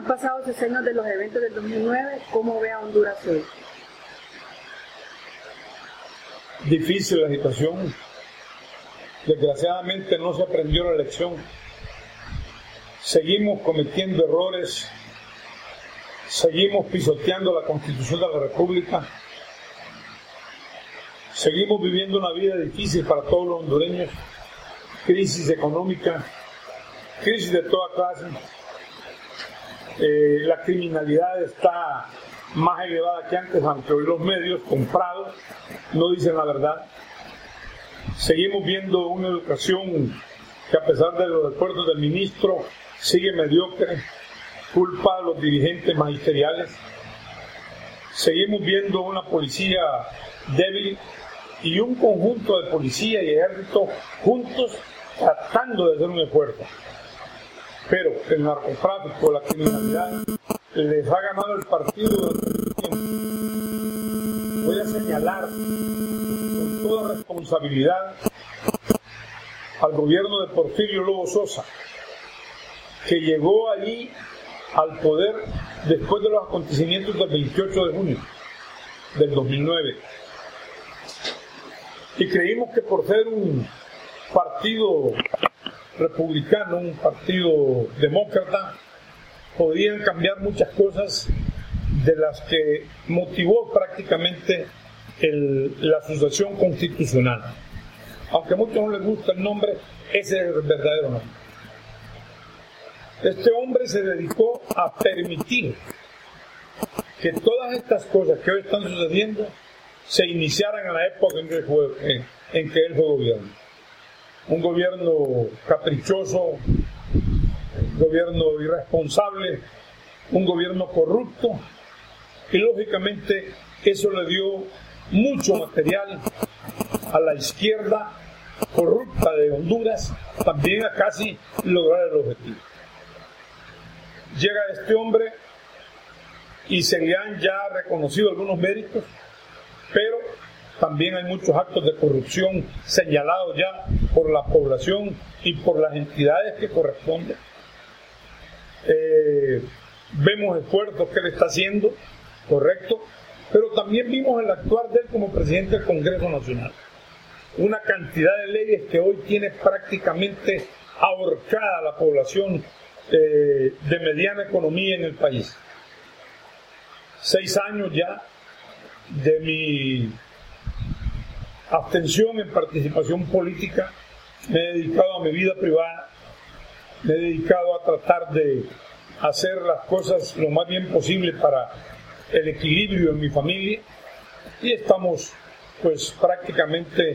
Han pasado 6 años de los eventos del 2009. ¿Cómo ve a Honduras hoy? Difícil la situación. Desgraciadamente no se aprendió la lección. Seguimos cometiendo errores. Seguimos pisoteando la Constitución de la República. Seguimos viviendo una vida difícil para todos los hondureños. Crisis económica, crisis de toda clase. La criminalidad está más elevada que antes, aunque hoy los medios comprados no dicen la verdad. Seguimos viendo una educación que, a pesar de los esfuerzos del ministro, sigue mediocre, culpa a los dirigentes magisteriales. Seguimos viendo una policía débil y un conjunto de policía y ejército juntos tratando de hacer un esfuerzo. Pero el narcotráfico, la criminalidad, les ha ganado el partido durante el tiempo. Voy a señalar con toda responsabilidad al gobierno de Porfirio Lobo Sosa, que llegó allí al poder después de los acontecimientos del 28 de junio del 2009. Y creímos que por ser un partido republicano, un partido demócrata, podían cambiar muchas cosas de las que motivó prácticamente la sucesión constitucional. Aunque a muchos no les gusta el nombre, ese es el verdadero nombre. Este hombre se dedicó a permitir que todas estas cosas que hoy están sucediendo se iniciaran en la época en que él fue gobierno. Un gobierno caprichoso, un gobierno irresponsable, un gobierno corrupto, y lógicamente eso le dio mucho material a la izquierda corrupta de Honduras, también a casi lograr el objetivo. Llega este hombre y se le han ya reconocido algunos méritos, pero también hay muchos actos de corrupción señalados ya por la población y por las entidades que corresponden. Vemos esfuerzos que él está haciendo, correcto, pero también vimos el actuar de él como presidente del Congreso Nacional. Una cantidad de leyes que hoy tiene prácticamente ahorcada a la población de mediana economía en el país. 6 años ya de mi abstención en participación política, me he dedicado a mi vida privada, me he dedicado a tratar de hacer las cosas lo más bien posible para el equilibrio en mi familia, y estamos pues prácticamente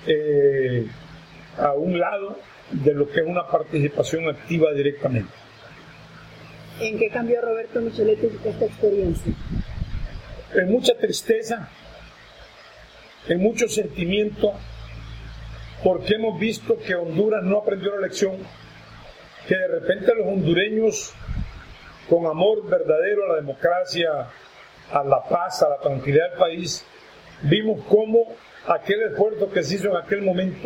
a un lado de lo que es una participación activa directamente. ¿En qué cambió Roberto Micheletti esta experiencia? En mucha tristeza, en mucho sentimiento, porque hemos visto que Honduras no aprendió la lección, que de repente los hondureños, con amor verdadero a la democracia, a la paz, a la tranquilidad del país, vimos cómo aquel esfuerzo que se hizo en aquel momento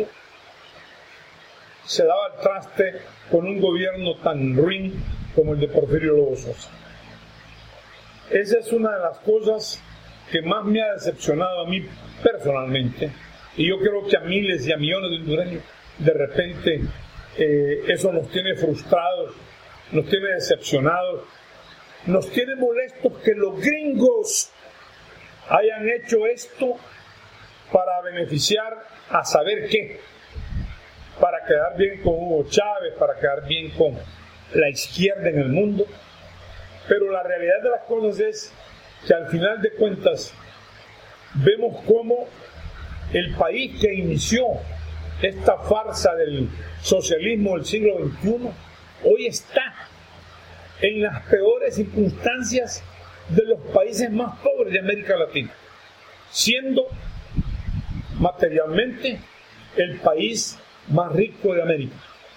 se daba al traste con un gobierno tan ruin como el de Porfirio Lobo Sosa. Esa es una de las cosas que más me ha decepcionado a mí personalmente, y yo creo que a miles y a millones de hondureños de repente eso nos tiene frustrados, nos tiene decepcionados, nos tiene molestos que los gringos hayan hecho esto para beneficiar a saber qué, para quedar bien con Hugo Chávez, para quedar bien con la izquierda en el mundo. Pero la realidad de las cosas es que al final de cuentas vemos cómo el país que inició esta farsa del socialismo del siglo XXI hoy está en las peores circunstancias de los países más pobres de América Latina, siendo materialmente el país más rico de América.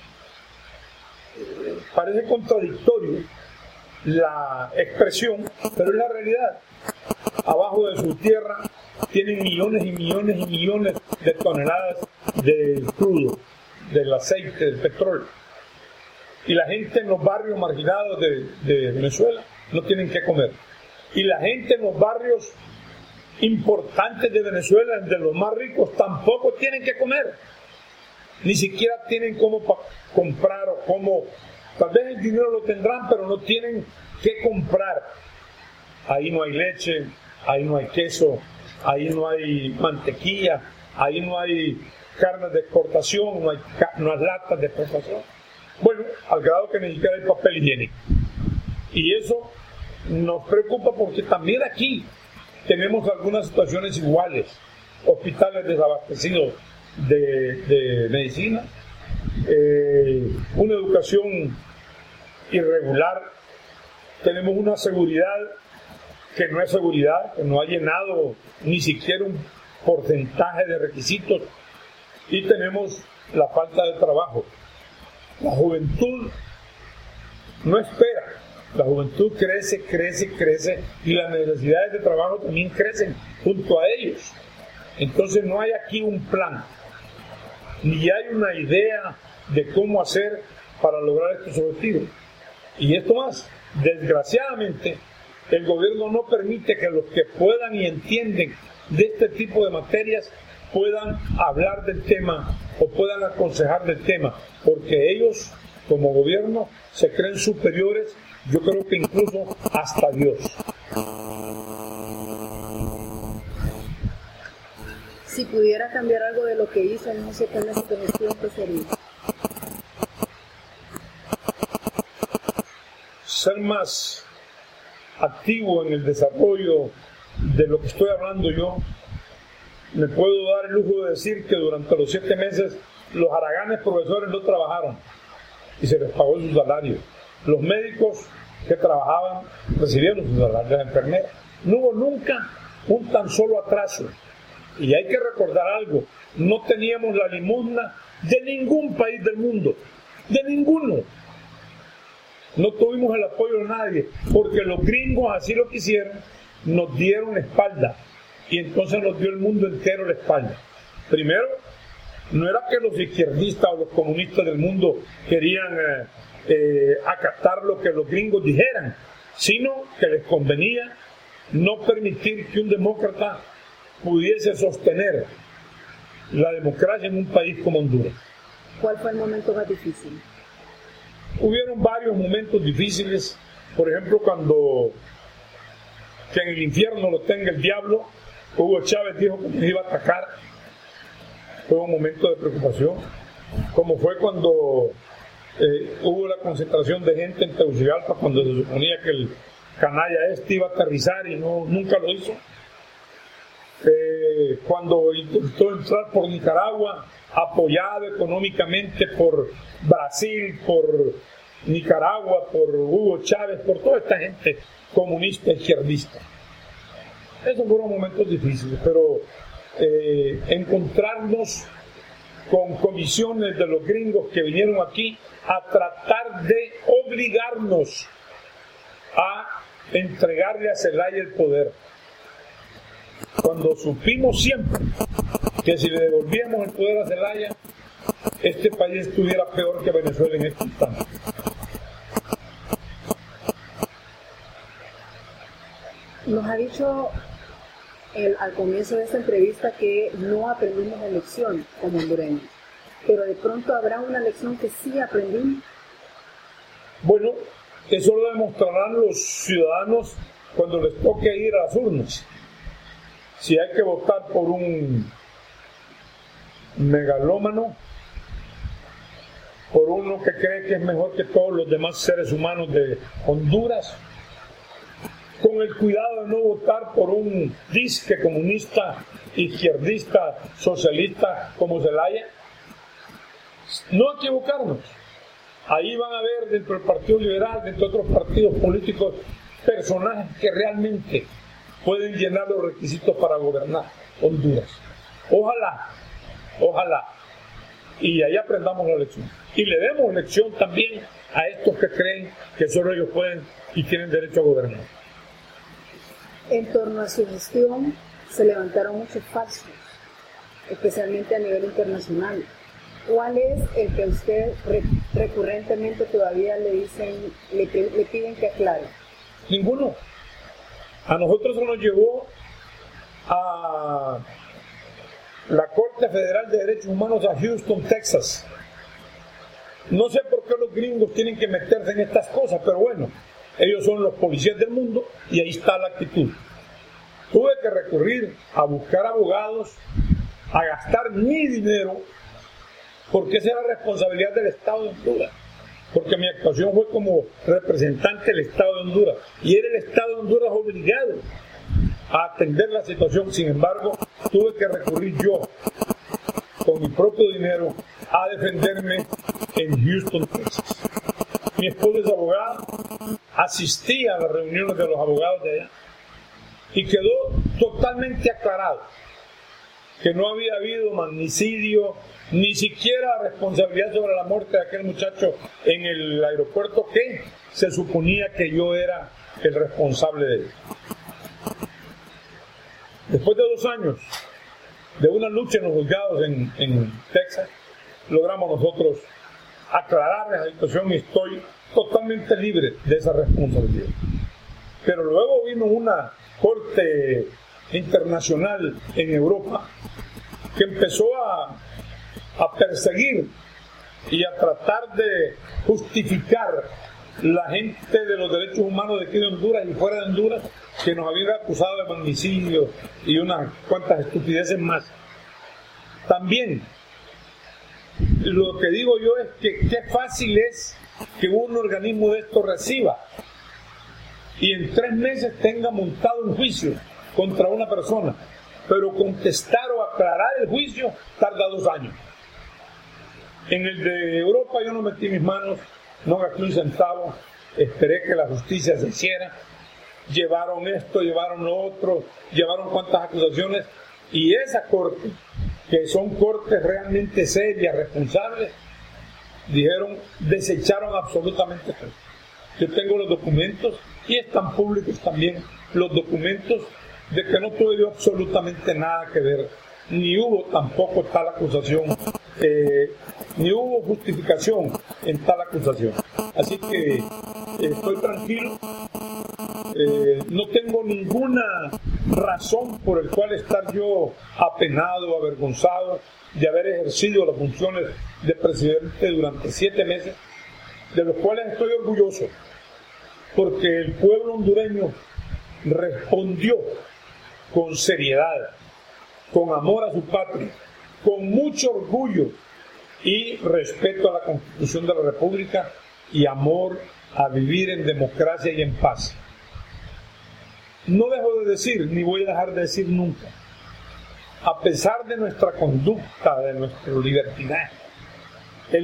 Parece contradictorio la expresión, pero es la realidad. Abajo de su tierra tienen millones y millones y millones de toneladas de crudo, del aceite, del petróleo. Y la gente en los barrios marginados de Venezuela no tienen que comer. Y la gente en los barrios importantes de Venezuela, de los más ricos, tampoco tienen que comer. Ni siquiera tienen cómo comprar o cómo... Tal vez el dinero lo tendrán, pero no tienen que comprar. Ahí no hay leche, ahí no hay queso, ahí no hay mantequilla, ahí no hay carne de exportación, no hay latas de exportación. Bueno, al grado que ni siquiera hay papel higiénico. Y eso nos preocupa porque también aquí tenemos algunas situaciones iguales. Hospitales desabastecidos de medicina, una educación irregular, tenemos una seguridad que no es seguridad, que no ha llenado ni siquiera un porcentaje de requisitos, y tenemos la falta de trabajo. La juventud no espera, la juventud crece y las necesidades de trabajo también crecen junto a ellos. Entonces no hay aquí un plan, ni hay una idea de cómo hacer para lograr estos objetivos. Y esto más, desgraciadamente, el gobierno no permite que los que puedan y entienden de este tipo de materias puedan hablar del tema o puedan aconsejar del tema, porque ellos, como gobierno, se creen superiores, yo creo que incluso hasta Dios. Si pudiera cambiar algo de lo que hizo en ese tema de gestión, ¿qué sería? Ser más activo en el desarrollo de lo que estoy hablando yo. Me puedo dar el lujo de decir que durante los 7 meses los haraganes profesores no trabajaron y se les pagó su salario. Los médicos que trabajaban recibieron su salario, las enfermeras. No hubo nunca un tan solo atraso. Y hay que recordar algo, no teníamos la limosna de ningún país del mundo, de ninguno. No tuvimos el apoyo de nadie, porque los gringos así lo quisieron, nos dieron la espalda, y entonces nos dio el mundo entero la espalda. Primero, no era que los izquierdistas o los comunistas del mundo querían acatar lo que los gringos dijeran, sino que les convenía no permitir que un demócrata pudiese sostener la democracia en un país como Honduras. ¿Cuál fue el momento más difícil? Hubieron varios momentos difíciles, por ejemplo, cuando que en el infierno lo tenga el diablo, Hugo Chávez dijo que nos iba a atacar. Fue un momento de preocupación, como fue cuando hubo la concentración de gente en Tegucigalpa, cuando se suponía que el canalla iba a aterrizar y nunca lo hizo. Cuando intentó entrar por Nicaragua, apoyado económicamente por Brasil, por Nicaragua, por Hugo Chávez, por toda esta gente comunista, izquierdista. Esos fueron momentos difíciles, pero encontrarnos con comisiones de los gringos que vinieron aquí a tratar de obligarnos a entregarle a Zelaya el poder. Cuando supimos siempre que si le devolvíamos el poder a Zelaya, este país estuviera peor que Venezuela en este instante. Nos ha dicho al comienzo de esta entrevista que no aprendimos la lección como hondureños, pero de pronto habrá una lección que sí aprendimos. Bueno, eso lo demostrarán los ciudadanos cuando les toque ir a las urnas. Si hay que votar por un megalómano, por uno que cree que es mejor que todos los demás seres humanos de Honduras, con el cuidado de no votar por un disque comunista, izquierdista, socialista como Zelaya, no equivocarnos. Ahí van a ver dentro del Partido Liberal, dentro de otros partidos políticos, personajes que realmente pueden llenar los requisitos para gobernar Honduras. Ojalá, y ahí aprendamos la lección. Y le demos lección también a estos que creen que solo ellos pueden y tienen derecho a gobernar. En torno a su gestión se levantaron muchos falsos, especialmente a nivel internacional. ¿Cuál es el que usted recurrentemente todavía le dicen, le piden que aclare? Ninguno. A nosotros se nos llevó a la Corte Federal de Derechos Humanos a Houston, Texas. No sé por qué los gringos tienen que meterse en estas cosas, pero bueno, ellos son los policías del mundo y ahí está la actitud. Tuve que recurrir a buscar abogados, a gastar mi dinero, porque esa era la responsabilidad del Estado de Honduras, porque mi actuación fue como representante del Estado de Honduras y era el Estado de Honduras obligado a atender la situación. Sin embargo, tuve que recurrir yo con mi propio dinero a defenderme en Houston, Texas. Mi esposa es abogada, asistí a las reuniones de los abogados de allá y quedó totalmente aclarado que no había habido magnicidio, ni siquiera responsabilidad sobre la muerte de aquel muchacho en el aeropuerto, que se suponía que yo era el responsable de él. Después de 2 años de una lucha en los juzgados en Texas, logramos nosotros aclarar la situación y estoy totalmente libre de esa responsabilidad. Pero luego vino una corte internacional en Europa que empezó a perseguir y a tratar de justificar la gente de los derechos humanos de aquí de Honduras y fuera de Honduras, que nos habían acusado de magnicidio y unas cuantas estupideces más. También lo que digo yo es que qué fácil es que un organismo de esto reciba y en 3 meses tenga montado un juicio contra una persona, pero contestar o aclarar el juicio tarda 2 años. En el de Europa yo no metí mis manos, no gasté un centavo, esperé que la justicia se hiciera. Llevaron esto, llevaron lo otro, llevaron cuantas acusaciones, y esa corte, que son cortes realmente serias, responsables, dijeron, desecharon absolutamente todo. Yo tengo los documentos y están públicos también los documentos de que no tuve yo absolutamente nada que ver, ni hubo tampoco tal acusación, ni hubo justificación en tal acusación. Así que estoy tranquilo, no tengo ninguna razón por el cual estar yo apenado, avergonzado de haber ejercido las funciones de presidente durante 7 meses, de los cuales estoy orgulloso, porque el pueblo hondureño respondió con seriedad, con amor a su patria, con mucho orgullo y respeto a la Constitución de la República y amor a vivir en democracia y en paz. No dejo de decir, ni voy a dejar de decir nunca, a pesar de nuestra conducta, de nuestro libertinaje, el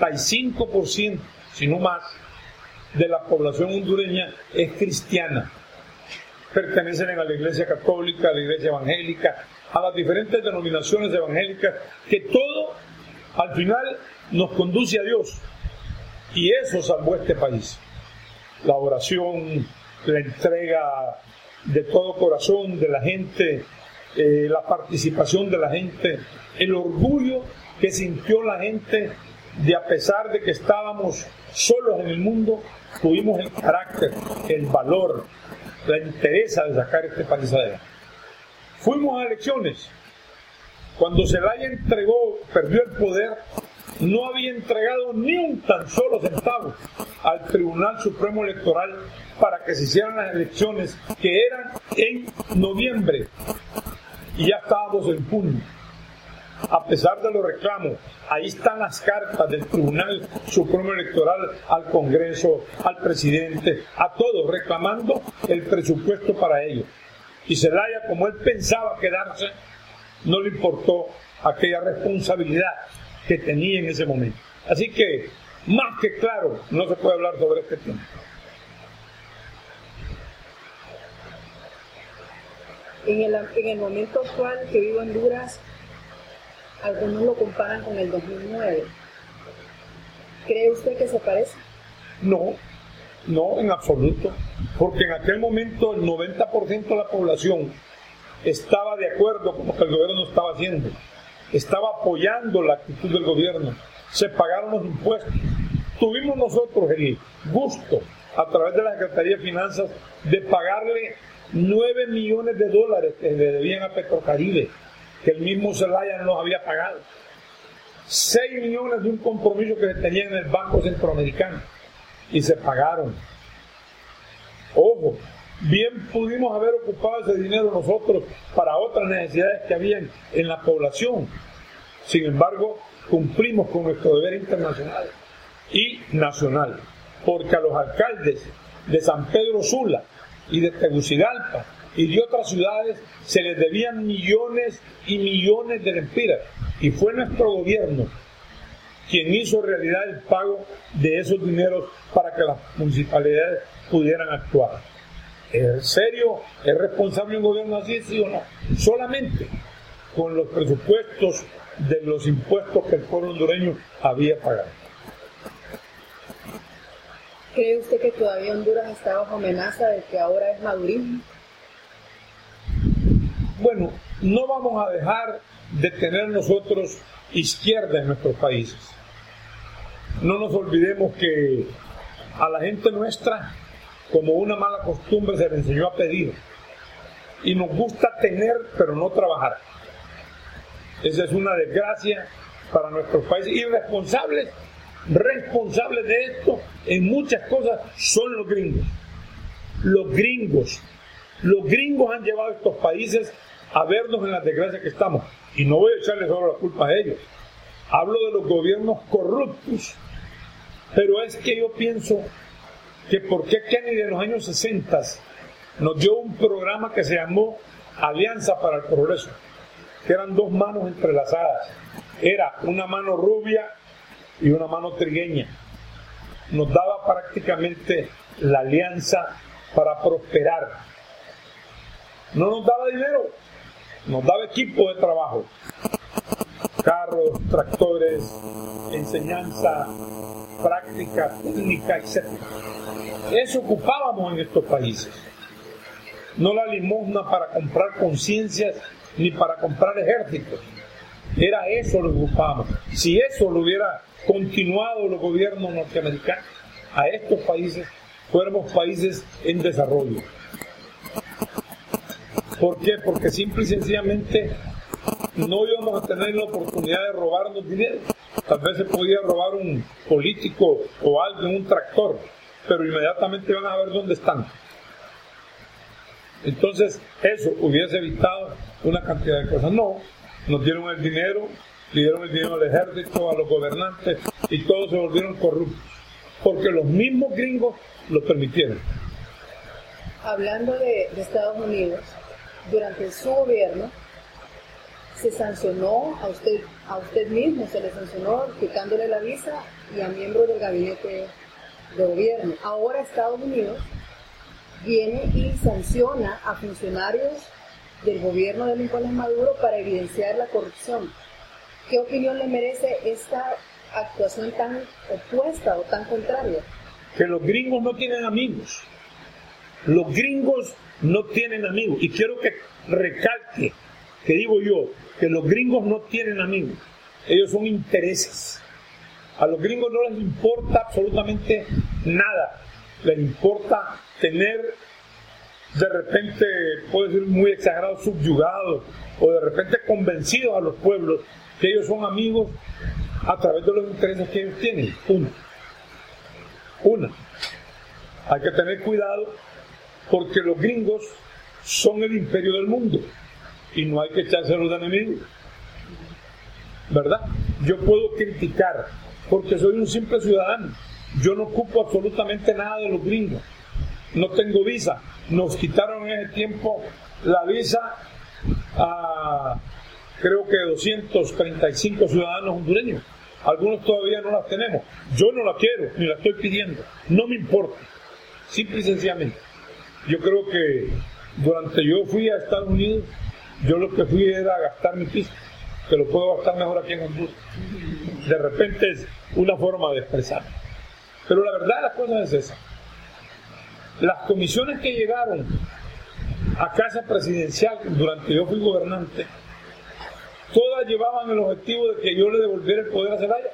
95%, si no más, de la población hondureña es cristiana. Pertenecen a la Iglesia Católica, a la Iglesia Evangélica, a las diferentes denominaciones evangélicas, que todo al final nos conduce a Dios, y eso salvó este país. La oración, la entrega de todo corazón de la gente, la participación de la gente, el orgullo que sintió la gente de, a pesar de que estábamos solos en el mundo, tuvimos el carácter, el valor, la entereza de sacar este país adelante. Fuimos a elecciones. Cuando Zelaya perdió el poder, no había entregado ni un tan solo centavo al Tribunal Supremo Electoral para que se hicieran las elecciones, que eran en noviembre, y ya estábamos en junio. A pesar de los reclamos, ahí están las cartas del Tribunal Supremo Electoral al Congreso, al presidente, a todos, reclamando el presupuesto para ellos. Y Zelaya, como él pensaba quedarse, no le importó aquella responsabilidad que tenía en ese momento. Así que, más que claro, no se puede hablar sobre este tema. En el momento actual que vive Honduras, algunos lo comparan con el 2009. ¿Cree usted que se parece? No, en absoluto, porque en aquel momento el 90% de la población estaba de acuerdo con lo que el gobierno estaba haciendo. estaba apoyando la actitud del gobierno. Se pagaron los impuestos. Tuvimos nosotros el gusto, a través de la Secretaría de Finanzas, de pagarle $9 millones que le debían a Petrocaribe, que el mismo Zelaya no los había pagado. 6 millones de un compromiso que se tenía en el Banco Centroamericano, y se pagaron. Ojo, bien pudimos haber ocupado ese dinero nosotros para otras necesidades que habían en la población. Sin embargo, cumplimos con nuestro deber internacional y nacional, porque a los alcaldes de San Pedro Sula y de Tegucigalpa y de otras ciudades se les debían millones y millones de lempiras, y fue nuestro gobierno quien hizo realidad el pago de esos dineros para que las municipalidades pudieran actuar. ¿Es serio? ¿Es responsable un gobierno así, sí o no? Solamente con los presupuestos de los impuestos que el pueblo hondureño había pagado. ¿Cree usted que todavía Honduras está bajo amenaza de que ahora es madurismo? Bueno, no vamos a dejar de tener nosotros izquierda en nuestros países. No nos olvidemos que a la gente nuestra, como una mala costumbre, se le enseñó a pedir. Y nos gusta tener, pero no trabajar. Esa es una desgracia para nuestros países. Y responsables de esto en muchas cosas son los gringos. Los gringos han llevado a estos países a vernos en las desgracias que estamos. Y no voy a echarles solo la culpa a ellos. Hablo de los gobiernos corruptos. Pero es que yo pienso que por qué Kennedy en los años 60 nos dio un programa que se llamó Alianza para el Progreso, que eran dos manos entrelazadas. Era una mano rubia y una mano trigueña. Nos daba prácticamente la alianza para prosperar. No nos daba dinero, nos daba equipo de trabajo, carros, tractores, enseñanza, práctica, técnica, etc. Eso ocupábamos en estos países. No la limosna para comprar conciencias ni para comprar ejércitos. Era eso lo que ocupábamos. Si eso lo hubiera continuado los gobiernos norteamericanos a estos países, fuéramos países en desarrollo. ¿Por qué? Porque simple y sencillamente no íbamos a tener la oportunidad de robarnos dinero. Tal vez se podía robar un político o alguien, un tractor, pero inmediatamente van a ver dónde están. Entonces, eso hubiese evitado una cantidad de cosas. No, nos dieron el dinero, le dieron el dinero al ejército, a los gobernantes, y todos se volvieron corruptos, porque los mismos gringos lo permitieron. Hablando de Estados Unidos, durante su gobierno se sancionó a usted mismo, se le sancionó quitándole la visa y a miembros del gabinete de gobierno. Ahora Estados Unidos viene y sanciona a funcionarios del gobierno de Nicolás Maduro para evidenciar la corrupción. ¿Qué opinión le merece esta actuación tan opuesta o tan contraria? Que los gringos no tienen amigos. Los gringos no tienen amigos. Y quiero que recalque, que digo yo, que los gringos no tienen amigos. Ellos son intereses. A los gringos no les importa absolutamente nada. Les importa tener, de repente, puede ser muy exagerado, subyugados, o de repente convencidos a los pueblos que ellos son amigos a través de los intereses que ellos tienen. Una. Hay que tener cuidado porque los gringos son el imperio del mundo y no hay que echárselos de enemigos, ¿verdad? Yo puedo criticar porque soy un simple ciudadano. Yo no ocupo absolutamente nada de los gringos. No tengo visa. Nos quitaron en ese tiempo la visa a creo que 235 ciudadanos hondureños. Algunos todavía no las tenemos. Yo no la quiero, ni la estoy pidiendo. No me importa. Simple y sencillamente. Yo creo que durante yo fui a Estados Unidos, yo lo que fui era a gastar mi piso, que lo puedo gastar mejor aquí en Honduras. De repente es una forma de expresar. Pero la verdad de las cosas es esa. Las comisiones que llegaron a casa presidencial durante yo fui gobernante, todas todas llevaban el objetivo de que yo le devolviera el poder a Zelaya.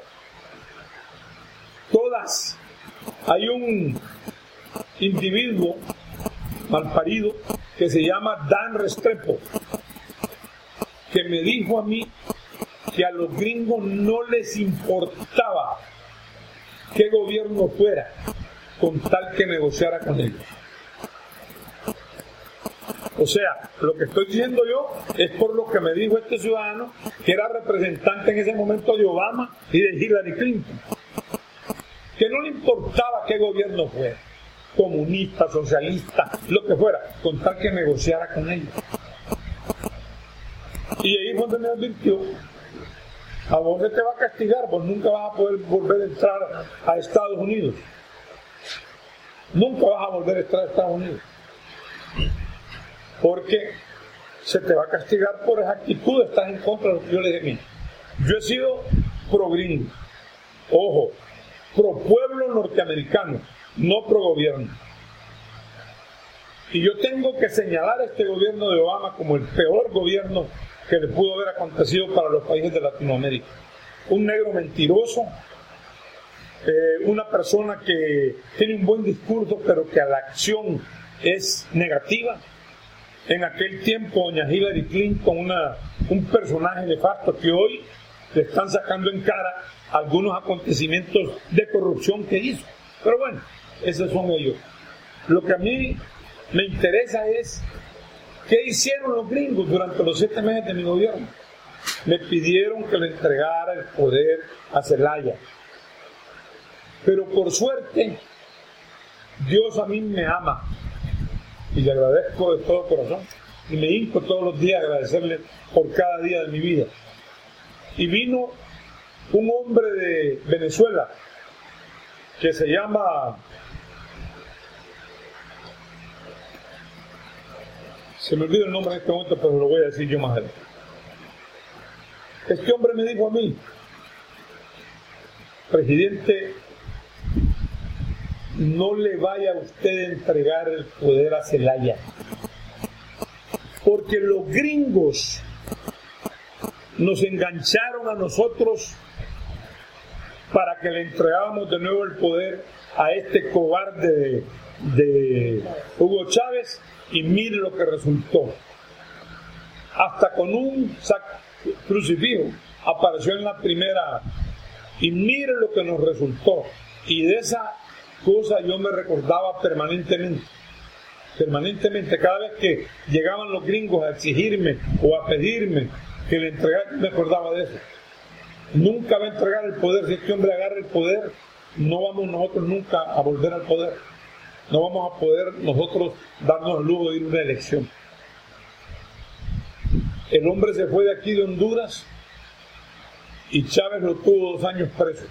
Todas. Hay un individuo malparido que se llama Dan Restrepo, que me dijo a mí que a los gringos no les importaba qué gobierno fuera, con tal que negociara con ellos. O sea, lo que estoy diciendo yo es por lo que me dijo este ciudadano, que era representante en ese momento de Obama y de Hillary Clinton, que no le importaba qué gobierno fuera, comunista, socialista, lo que fuera, con tal que negociara con ellos. Y ahí fue donde me advirtió: a vos se te va a castigar, vos nunca vas a poder volver a entrar a Estados Unidos. Nunca vas a volver a entrar a Estados Unidos. Porque se te va a castigar por esa actitud, estás en contra de lo que yo le dije. Mira, yo he sido pro gringo, ojo, pro pueblo norteamericano, no pro gobierno. Y yo tengo que señalar a este gobierno de Obama como el peor gobierno que le pudo haber acontecido para los países de Latinoamérica. Un negro mentiroso, una persona que tiene un buen discurso pero que a la acción es negativa. En aquel tiempo doña Hillary Clinton, un personaje nefasto que hoy le están sacando en cara algunos acontecimientos de corrupción que hizo. Pero bueno, esos son ellos. Lo que a mí me interesa es qué hicieron los gringos durante los 7 meses de mi gobierno. Me pidieron que le entregara el poder a Zelaya. Pero por suerte, Dios a mí me ama. Y le agradezco de todo corazón. Y me hinco todos los días a agradecerle por cada día de mi vida. Y vino un hombre de Venezuela que se llama... Se me olvida el nombre en este momento, pero lo voy a decir yo más adelante. Este hombre me dijo a mí: presidente, no le vaya a usted a entregar el poder a Zelaya, porque los gringos nos engancharon a nosotros para que le entregáramos de nuevo el poder a este cobarde de Hugo Chávez, y mire lo que resultó. Hasta con un crucifijo apareció en la primera, y mire lo que nos resultó. Y de esa cosa yo me recordaba permanentemente, cada vez que llegaban los gringos a exigirme o a pedirme que le entregara, me acordaba de eso. Nunca va a entregar el poder. Si este hombre agarra el poder, no vamos nosotros nunca a volver al poder. No vamos a poder nosotros darnos el lujo de ir a una elección. El hombre se fue de aquí de Honduras y Chávez lo tuvo 2 años preso.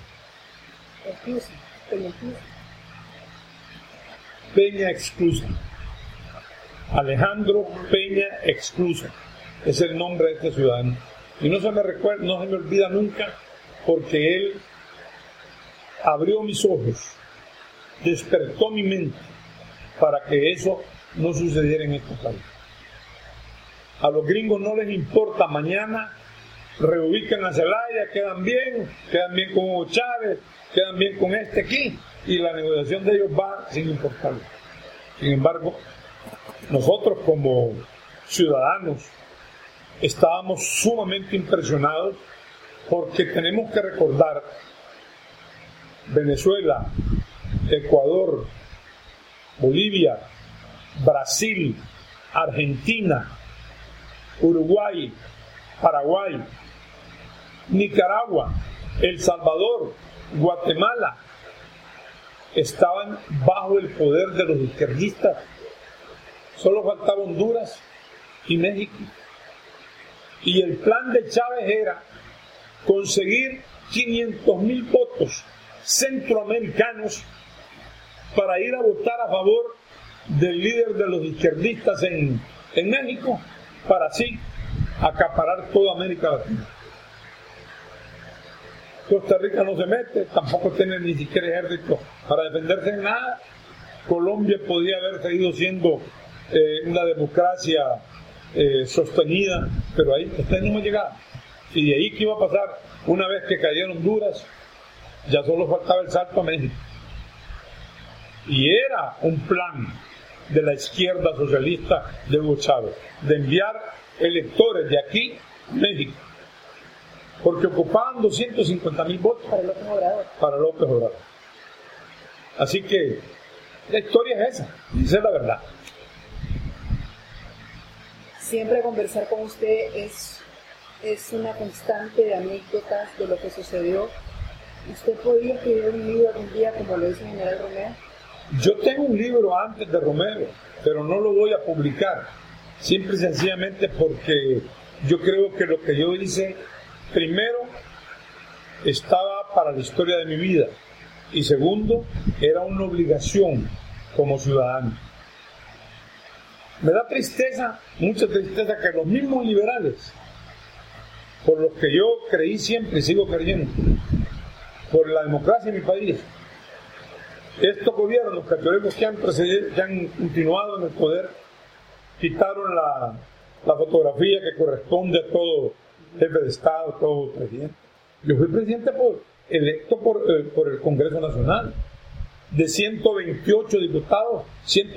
Peña Exclusa. Alejandro Peña Exclusa es el nombre de este ciudadano. Y no se me olvida nunca, porque él abrió mis ojos, despertó mi mente para que eso no sucediera en este país. A los gringos no les importa, mañana reubican a Zelaya, quedan bien con Hugo Chávez, quedan bien con este aquí, y la negociación de ellos va sin importarles. Sin embargo, nosotros como ciudadanos estábamos sumamente impresionados, porque tenemos que recordar: Venezuela, Ecuador, Bolivia, Brasil, Argentina, Uruguay, Paraguay, Nicaragua, El Salvador, Guatemala, estaban bajo el poder de los izquierdistas. Solo faltaba Honduras y México. Y el plan de Chávez era conseguir 500,000 votos centroamericanos para ir a votar a favor del líder de los izquierdistas en México, para así acaparar toda América Latina. Costa Rica no se mete, tampoco tiene ni siquiera ejército para defenderse en nada. Colombia podría haber seguido siendo una democracia sostenida, pero ahí no hemos llegado. Y de ahí que iba a pasar, una vez que cayeron Honduras, ya solo faltaba el salto a México. Y era un plan de la izquierda socialista de Hugo Chávez, de enviar electores de aquí a México, porque ocupaban 250,000 votos para López Obrador. Así que la historia es esa, esa es la verdad. Siempre conversar con usted es una constante de anécdotas de lo que sucedió. ¿Usted podría escribir un libro algún día como lo hizo el general Romero? Yo tengo un libro antes de Romero, pero no lo voy a publicar, simple y sencillamente porque yo creo que lo que yo hice, primero, estaba para la historia de mi vida, y segundo, era una obligación como ciudadano. Me da tristeza, mucha tristeza, que los mismos liberales, por los que yo creí siempre y sigo creyendo, por la democracia en mi país, estos gobiernos católicos que han continuado en el poder, quitaron la fotografía que corresponde a todo jefe de Estado, todo presidente. Yo fui presidente electo por el Congreso Nacional. De 128 diputados,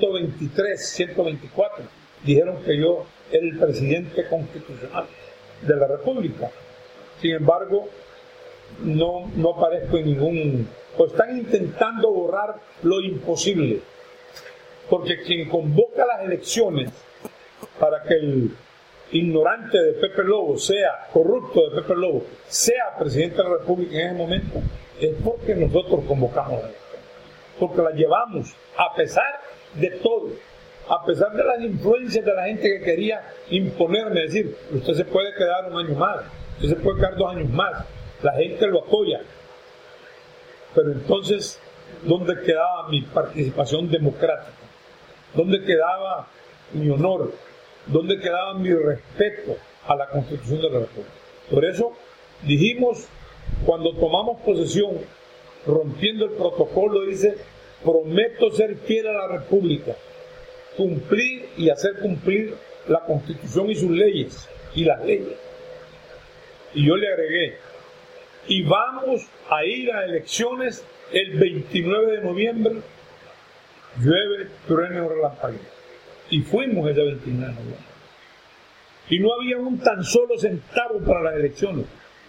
124 dijeron que yo era el presidente constitucional de la República. Sin embargo, no aparezco en ningún... Pues están intentando borrar lo imposible, porque quien convoca las elecciones para que el ignorante de Pepe Lobo sea, corrupto de Pepe Lobo, sea presidente de la República en ese momento, es porque nosotros convocamos las elecciones, porque las llevamos a pesar de todo, a pesar de las influencias de la gente que quería imponerme, decir, usted se puede quedar un año más, usted se puede quedar 2 años más, la gente lo apoya. Pero entonces, ¿dónde quedaba mi participación democrática? ¿Dónde quedaba mi honor? ¿Dónde quedaba mi respeto a la Constitución de la República? Por eso dijimos, cuando tomamos posesión, rompiendo el protocolo, dice, prometo ser fiel a la República, cumplir y hacer cumplir la Constitución y sus leyes, y las leyes. Y yo le agregué, y vamos a ir a elecciones el 29 de noviembre, llueve, truene o relampaguea. Y fuimos ese 29 de noviembre. Y no había un tan solo centavo para las elecciones.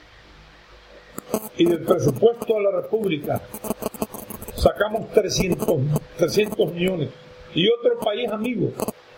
Y del presupuesto de la República sacamos 300 millones. Y otro país amigo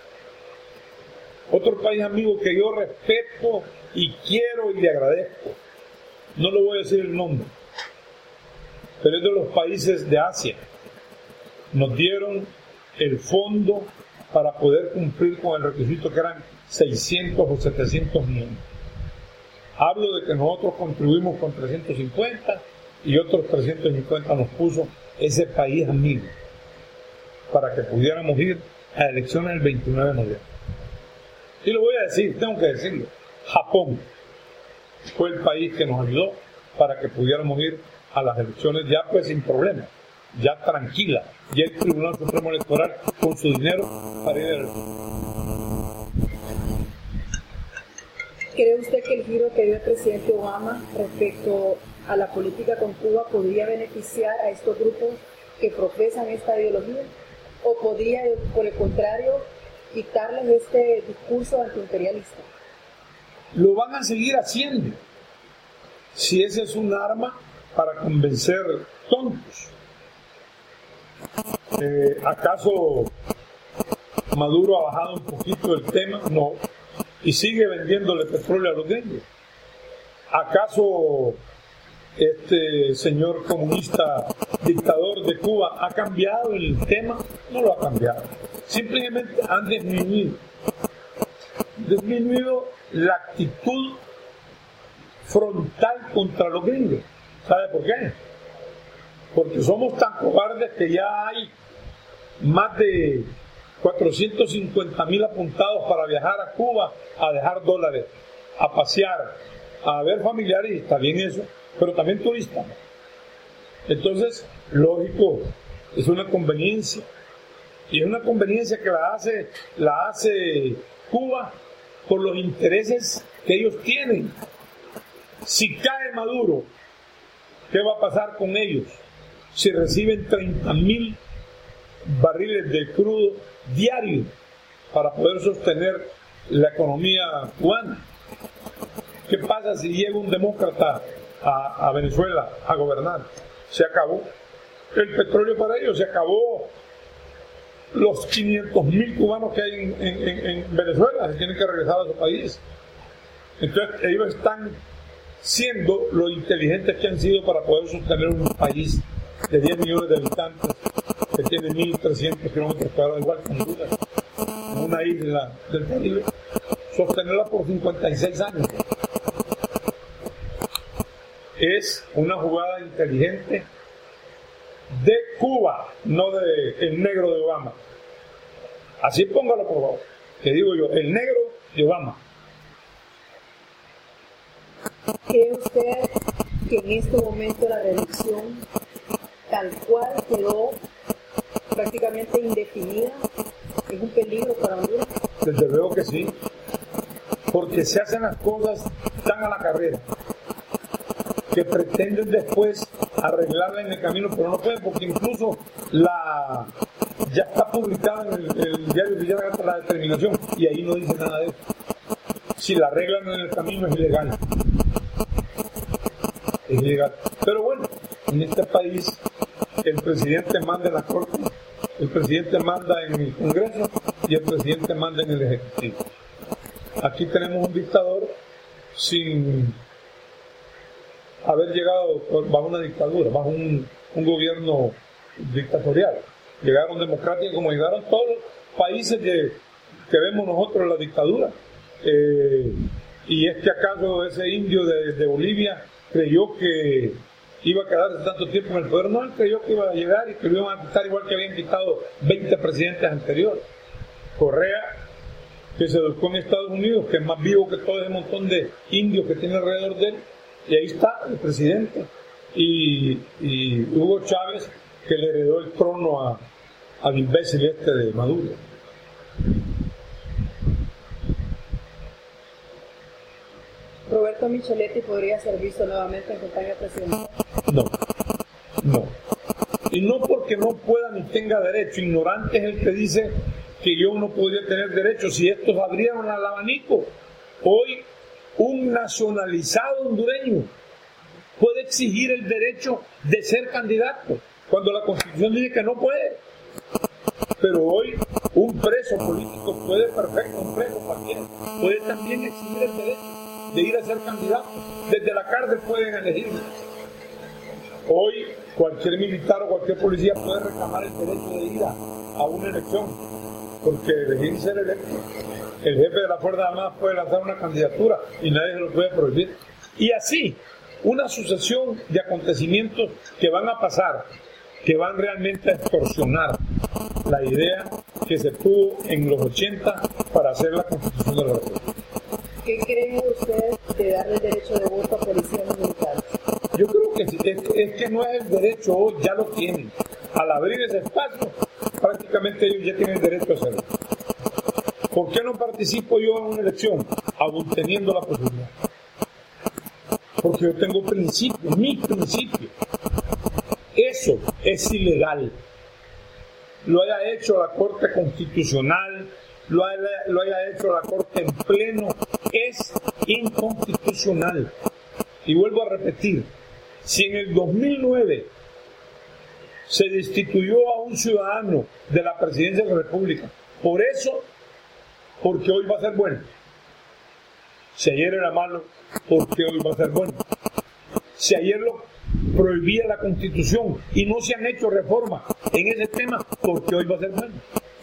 que yo respeto y quiero y le agradezco, no le voy a decir el nombre, pero es de los países de Asia, nos dieron el fondo para poder cumplir con el requisito que eran 600 o 700 millones. Hablo de que nosotros contribuimos con 350 y otros 350 nos puso ese país amigo para que pudiéramos ir a elecciones el 29 de noviembre. Y lo voy a decir, tengo que decirlo, Japón fue el país que nos ayudó para que pudiéramos ir a las elecciones ya pues sin problema, ya tranquila, ya el Tribunal Supremo Electoral con su dinero para ir a la ¿Cree usted que el giro que dio el presidente Obama respecto a la política con Cuba podría beneficiar a estos grupos que profesan esta ideología? ¿O podría, por el contrario, quitarles este discurso antiimperialista? Lo van a seguir haciendo si ese es un arma para convencer tontos. ¿Acaso Maduro ha bajado un poquito el tema? No. Y sigue vendiéndole petróleo a los gringos. ¿Acaso este señor comunista dictador de Cuba ha cambiado el tema? No lo ha cambiado. Simplemente han disminuido la actitud frontal contra los gringos. ¿Sabe por qué? Porque somos tan cobardes que ya hay más de 450,000 apuntados para viajar a Cuba a dejar dólares, a pasear, a ver familiares, y está bien eso, pero también turistas. Entonces, lógico, es una conveniencia, y es una conveniencia que la hace Cuba por los intereses que ellos tienen. Si cae Maduro, ¿qué va a pasar con ellos? Si reciben 30.000 barriles de crudo diarios para poder sostener la economía cubana. ¿Qué pasa si llega un demócrata a Venezuela a gobernar? Se acabó el petróleo para ellos, se acabó los 500.000 cubanos que hay en Venezuela, se tienen que regresar a su país. Entonces ellos están siendo lo inteligentes que han sido para poder sostener un país de 10 millones de habitantes que tiene 1.300 kilómetros cuadrados, igual que Honduras, en una isla del Caribe, sostenerla por 56 años. Es una jugada inteligente de Cuba, no de el negro de Obama. Así póngalo, por favor, que digo yo, el negro de Obama. ¿Cree usted que en este momento la reelección tal cual quedó prácticamente indefinida es un peligro para Honduras? Desde luego que sí, porque se hacen las cosas tan a la carrera que pretenden después arreglarla en el camino, pero no pueden, porque incluso ya está publicada en el diario de la determinación y ahí no dice nada de eso. Si la arreglan en el camino es ilegal. Es ilegal. Pero bueno, en este país el presidente manda en la corte, el presidente manda en el Congreso y el presidente manda en el Ejecutivo. Aquí tenemos un dictador sin haber llegado bajo una dictadura, bajo un gobierno dictatorial. Llegaron democráticos como llegaron todos los países que vemos nosotros en la dictadura. Y es que acaso ese indio de Bolivia creyó que iba a quedarse tanto tiempo en el poder. No, él creyó que iba a llegar y que lo iban a quitar igual que habían quitado 20 presidentes anteriores. Correa, que se educó en Estados Unidos, que es más vivo que todo ese montón de indios que tiene alrededor de él, y ahí está el presidente. Y Hugo Chávez, que le heredó el trono al imbécil este de Maduro. ¿Roberto Micheletti podría ser visto nuevamente en campaña presidencial? No. Y no porque no pueda ni tenga derecho. Ignorante es el que dice que yo no podría tener derecho. Si estos abrieron al abanico, hoy un nacionalizado hondureño puede exigir el derecho de ser candidato, cuando la Constitución dice que no puede. Pero hoy un preso político puede, un preso cualquiera, puede también exigir el derecho de ir a ser candidato. Desde la cárcel pueden elegirlo. Hoy cualquier militar o cualquier policía puede reclamar el derecho de ir a una elección, porque elegir ser electo. El jefe de la Fuerza Armada puede lanzar una candidatura y nadie se lo puede prohibir. Y así, una sucesión de acontecimientos que van a pasar, que van realmente a extorsionar la idea que se tuvo en los 80 para hacer la Constitución de la República. ¿Qué cree usted de darle el derecho de voto a policías y militares? Yo creo que es que no es el derecho hoy, ya lo tienen. Al abrir ese espacio, prácticamente ellos ya tienen derecho a hacerlo. ¿Por qué no participo yo en una elección, aún teniendo la posibilidad? Porque yo tengo principios, mis principios. Eso es ilegal. Lo haya hecho la Corte Constitucional, lo haya hecho la Corte en pleno, es inconstitucional. Y vuelvo a repetir, si en el 2009 se destituyó a un ciudadano de la presidencia de la República, por eso, porque hoy va a ser bueno. Si ayer era malo, porque hoy va a ser bueno. Si ayer lo prohibía la Constitución y no se han hecho reformas en ese tema, porque hoy va a ser bueno.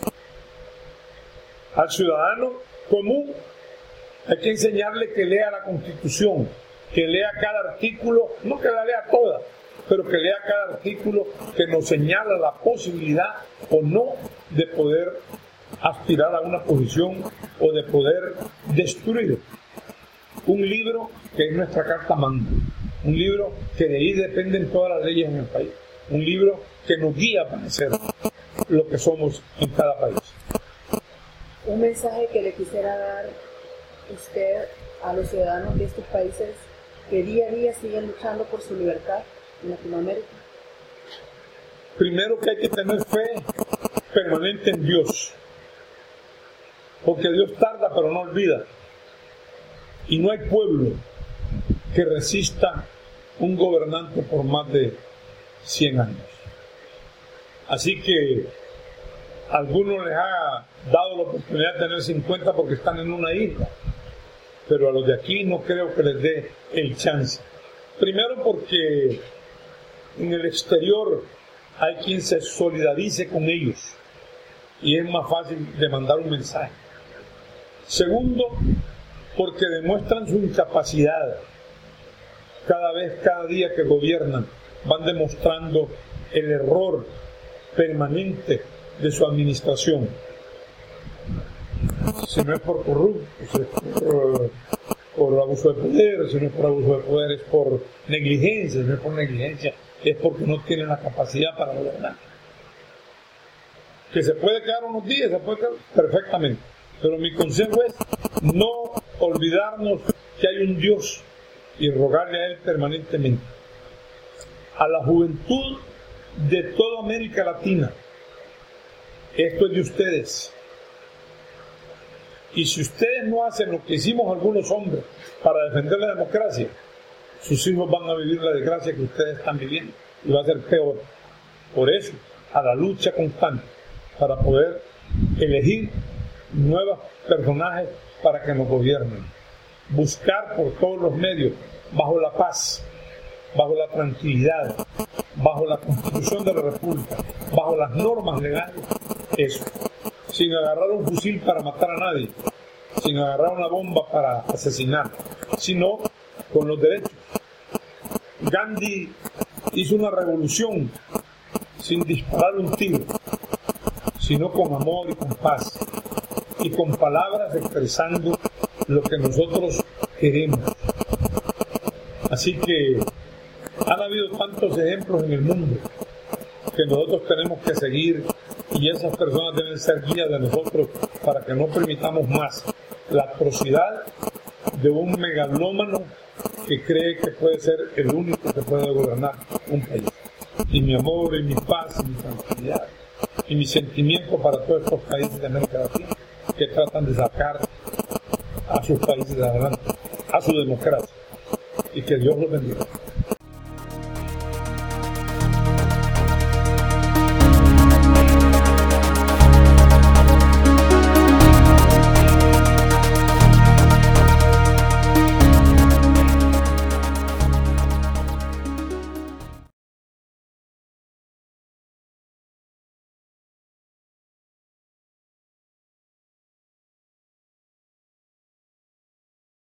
Al ciudadano común hay que enseñarle que lea la Constitución, que lea cada artículo, no que la lea toda, pero que lea cada artículo que nos señala la posibilidad o no de poder aspirar a una posición o de poder destruir un libro que es nuestra Carta Magna, un libro que de ahí dependen todas las leyes en el país, un libro que nos guía para ser lo que somos en cada país. Un mensaje que le quisiera dar usted a los ciudadanos de estos países que día a día siguen luchando por su libertad en Latinoamérica? Primero que hay que tener fe permanente en Dios, porque Dios tarda pero no olvida, y no hay pueblo que resista un gobernante por más de 100 años. Así que a algunos les ha dado la oportunidad de tener 50 porque están en una isla, pero a los de aquí no creo que les dé el chance. Primero porque en el exterior hay quien se solidarice con ellos y es más fácil de mandar un mensaje. Segundo, porque demuestran su incapacidad. Cada día que gobiernan, van demostrando el error permanente de su administración. Si no es por corrupto, si es por abuso de poder, si no es por abuso de poder, es por negligencia, si no es por negligencia, es porque no tienen la capacidad para gobernar. Que se puede quedar unos días, se puede quedar perfectamente, pero mi consejo es no olvidarnos que hay un Dios y rogarle a Él permanentemente. A la juventud de toda América Latina, esto es de ustedes. Y si ustedes no hacen lo que hicimos algunos hombres para defender la democracia, sus hijos van a vivir la desgracia que ustedes están viviendo y va a ser peor. Por eso, a la lucha constante para poder elegir nuevos personajes para que nos gobiernen. Buscar por todos los medios, bajo la paz, bajo la tranquilidad, bajo la Constitución de la República, bajo las normas legales, eso. Sin agarrar un fusil para matar a nadie, sin agarrar una bomba para asesinar, sino con los derechos. Gandhi hizo una revolución sin disparar un tiro, sino con amor y con paz, y con palabras expresando lo que nosotros queremos. Así que han habido tantos ejemplos en el mundo que nosotros tenemos que seguir, y esas personas deben ser guías de nosotros para que no permitamos más la atrocidad de un megalómano que cree que puede ser el único que puede gobernar un país. Y mi amor, y mi paz, y mi tranquilidad, y mi sentimiento para todos estos países de América Latina que tratan de sacar a sus países adelante, a su democracia. Y que Dios los bendiga.